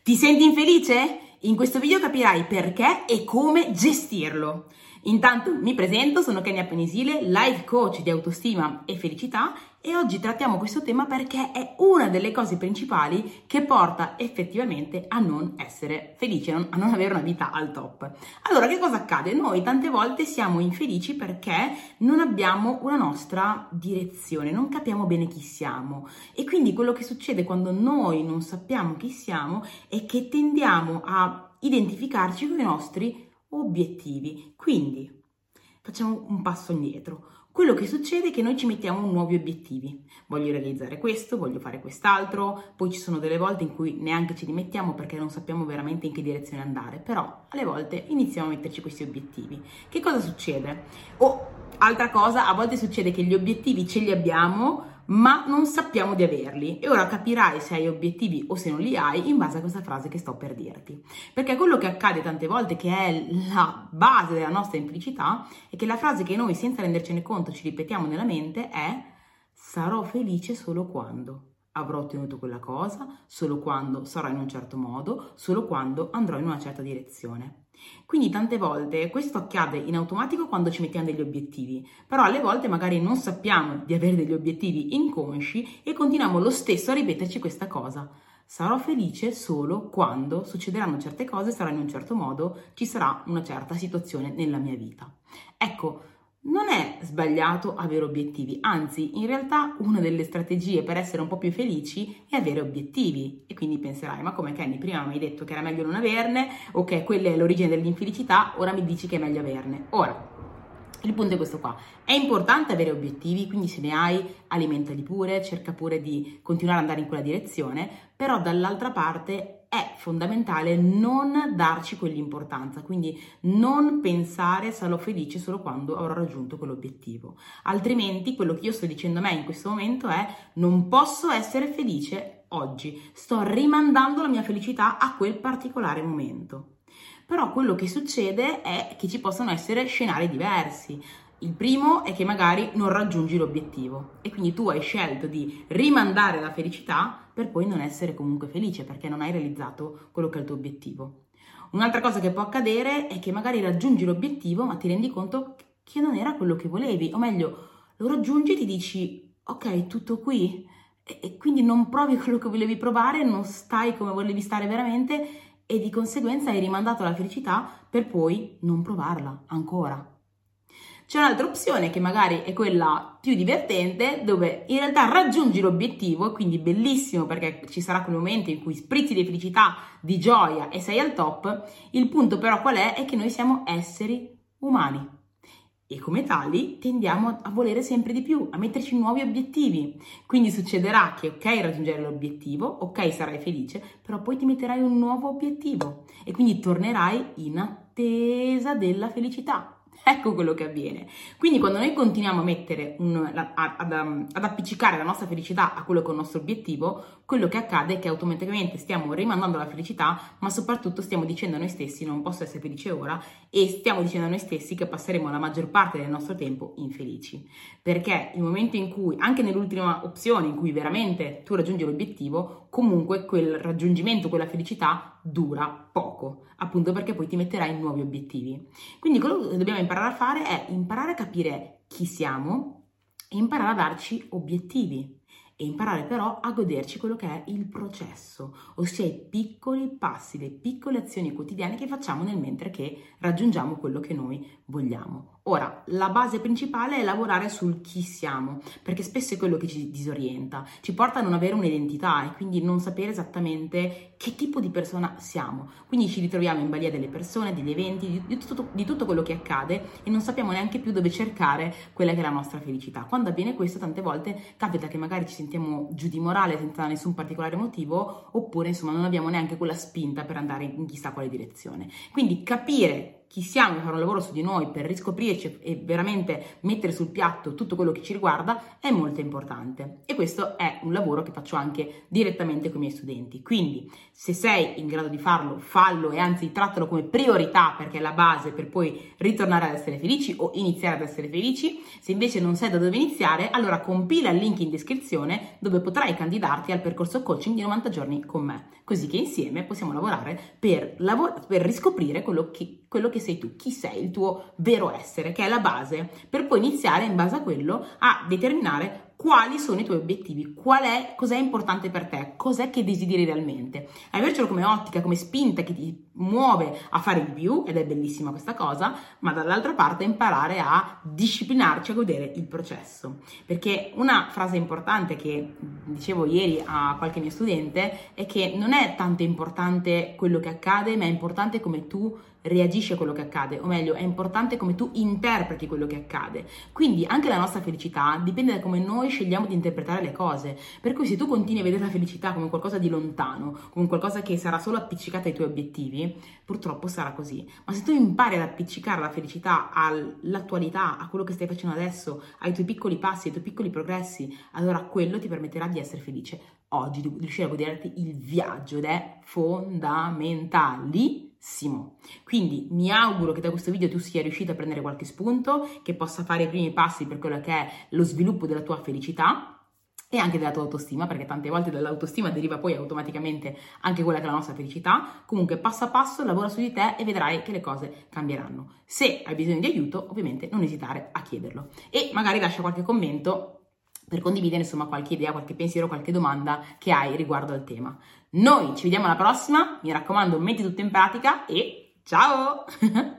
Ti senti infelice? In questo video capirai perché e come gestirlo. Intanto mi presento, sono Kenia Penisile, life coach di autostima e felicità e oggi trattiamo questo tema perché è una delle cose principali che porta effettivamente a non essere felice, a non avere una vita al top. Allora, che cosa accade? Noi tante volte siamo infelici perché non abbiamo una nostra direzione, non capiamo bene chi siamo e quindi quello che succede quando noi non sappiamo chi siamo è che tendiamo a identificarci con i nostri obiettivi. Quindi facciamo un passo indietro. Quello che succede è che noi ci mettiamo nuovi obiettivi. Voglio realizzare questo, voglio fare quest'altro, poi ci sono delle volte in cui neanche ce li mettiamo perché non sappiamo veramente in che direzione andare, però alle volte iniziamo a metterci questi obiettivi. Che cosa succede? Altra cosa, a volte succede che gli obiettivi ce li abbiamo, ma non sappiamo di averli e ora capirai se hai obiettivi o se non li hai in base a questa frase che sto per dirti, perché quello che accade tante volte, che è la base della nostra infelicità, è che la frase che noi senza rendercene conto ci ripetiamo nella mente è: sarò felice solo quando avrò ottenuto quella cosa, solo quando sarò in un certo modo, solo quando andrò in una certa direzione. Quindi tante volte questo accade in automatico quando ci mettiamo degli obiettivi, però alle volte magari non sappiamo di avere degli obiettivi inconsci e continuiamo lo stesso a ripeterci questa cosa. Sarò felice solo quando succederanno certe cose, sarò in un certo modo, ci sarà una certa situazione nella mia vita. Ecco, non è sbagliato avere obiettivi, anzi, in realtà una delle strategie per essere un po' più felici è avere obiettivi. E quindi penserai, ma come Kenny, prima mi hai detto che era meglio non averne, o che quella è l'origine dell'infelicità, ora mi dici che è meglio averne. Ora, il punto è questo qua. È importante avere obiettivi, quindi se ne hai, alimentali pure, cerca pure di continuare ad andare in quella direzione, però dall'altra parte è fondamentale non darci quell'importanza, quindi non pensare sarò felice solo quando avrò raggiunto quell'obiettivo. Altrimenti quello che io sto dicendo a me in questo momento è: non posso essere felice oggi, sto rimandando la mia felicità a quel particolare momento. Però quello che succede è che ci possono essere scenari diversi. Il primo è che magari non raggiungi l'obiettivo e quindi tu hai scelto di rimandare la felicità per poi non essere comunque felice perché non hai realizzato quello che è il tuo obiettivo. Un'altra cosa che può accadere è che magari raggiungi l'obiettivo ma ti rendi conto che non era quello che volevi, o meglio, lo raggiungi e ti dici ok, tutto qui, e quindi non provi quello che volevi provare, non stai come volevi stare veramente e di conseguenza hai rimandato la felicità per poi non provarla ancora. C'è un'altra opzione che magari è quella più divertente, dove in realtà raggiungi l'obiettivo, quindi bellissimo perché ci sarà quel momento in cui sprizzi di felicità, di gioia e sei al top. Il punto però qual è? È che noi siamo esseri umani e come tali tendiamo a volere sempre di più, a metterci nuovi obiettivi. Quindi succederà che ok, raggiungere l'obiettivo, ok, sarai felice, però poi ti metterai un nuovo obiettivo e quindi tornerai in attesa della felicità. Ecco quello che avviene. Quindi quando noi continuiamo a mettere ad appiccicare la nostra felicità a quello che è il nostro obiettivo, quello che accade è che automaticamente stiamo rimandando la felicità, ma soprattutto stiamo dicendo a noi stessi non posso essere felice ora e stiamo dicendo a noi stessi che passeremo la maggior parte del nostro tempo infelici. Perché il momento in cui, anche nell'ultima opzione in cui veramente tu raggiungi l'obiettivo, comunque quel raggiungimento, quella felicità dura poco, appunto perché poi ti metterai in nuovi obiettivi. Quindi quello che dobbiamo imparare a fare è imparare a capire chi siamo e imparare a darci obiettivi e imparare però a goderci quello che è il processo, ossia i piccoli passi, le piccole azioni quotidiane che facciamo nel mentre che raggiungiamo quello che noi vogliamo. Ora, la base principale è lavorare sul chi siamo, perché spesso è quello che ci disorienta, ci porta a non avere un'identità e quindi non sapere esattamente che tipo di persona siamo. Quindi ci ritroviamo in balia delle persone, degli eventi, di tutto quello che accade e non sappiamo neanche più dove cercare quella che è la nostra felicità. Quando avviene questo, tante volte capita che magari ci sentiamo giù di morale senza nessun particolare motivo, oppure insomma non abbiamo neanche quella spinta per andare in chissà quale direzione. Quindi capire chi siamo e fare un lavoro su di noi per riscoprirci e veramente mettere sul piatto tutto quello che ci riguarda è molto importante. E questo è un lavoro che faccio anche direttamente con i miei studenti. Quindi, se sei in grado di farlo, fallo e anzi trattalo come priorità perché è la base per poi ritornare ad essere felici o iniziare ad essere felici. Se invece non sai da dove iniziare, allora compila il link in descrizione dove potrai candidarti al percorso coaching di 90 giorni con me, così che insieme possiamo lavorare per riscoprire quello che sei tu, chi sei, il tuo vero essere, che è la base, per poi iniziare in base a quello a determinare quali sono i tuoi obiettivi, cos'è importante per te, cos'è che desideri realmente. Avercelo come ottica, come spinta che ti muove a fare di più, ed è bellissima questa cosa, ma dall'altra parte imparare a disciplinarci, a godere il processo. Perché una frase importante che dicevo ieri a qualche mio studente è che non è tanto importante quello che accade, ma è importante come tu reagisci a quello che accade, o meglio, è importante come tu interpreti quello che accade. Quindi anche la nostra felicità dipende da come noi scegliamo di interpretare le cose. Per cui se tu continui a vedere la felicità come qualcosa di lontano, come qualcosa che sarà solo appiccicata ai tuoi obiettivi, purtroppo sarà così. Ma se tu impari ad appiccicare la felicità all'attualità, a quello che stai facendo adesso, ai tuoi piccoli passi, ai tuoi piccoli progressi, allora quello ti permetterà di essere felice oggi, di riuscire a goderti il viaggio, ed è fondamentale. Quindi mi auguro che da questo video tu sia riuscito a prendere qualche spunto, che possa fare i primi passi per quello che è lo sviluppo della tua felicità e anche della tua autostima, perché tante volte dall'autostima deriva poi automaticamente anche quella che è la nostra felicità. Comunque passo a passo lavora su di te e vedrai che le cose cambieranno. Se hai bisogno di aiuto, ovviamente non esitare a chiederlo e magari lascia qualche commento per condividere insomma qualche idea, qualche pensiero, qualche domanda che hai riguardo al tema. Noi ci vediamo alla prossima, mi raccomando, metti tutto in pratica e ciao!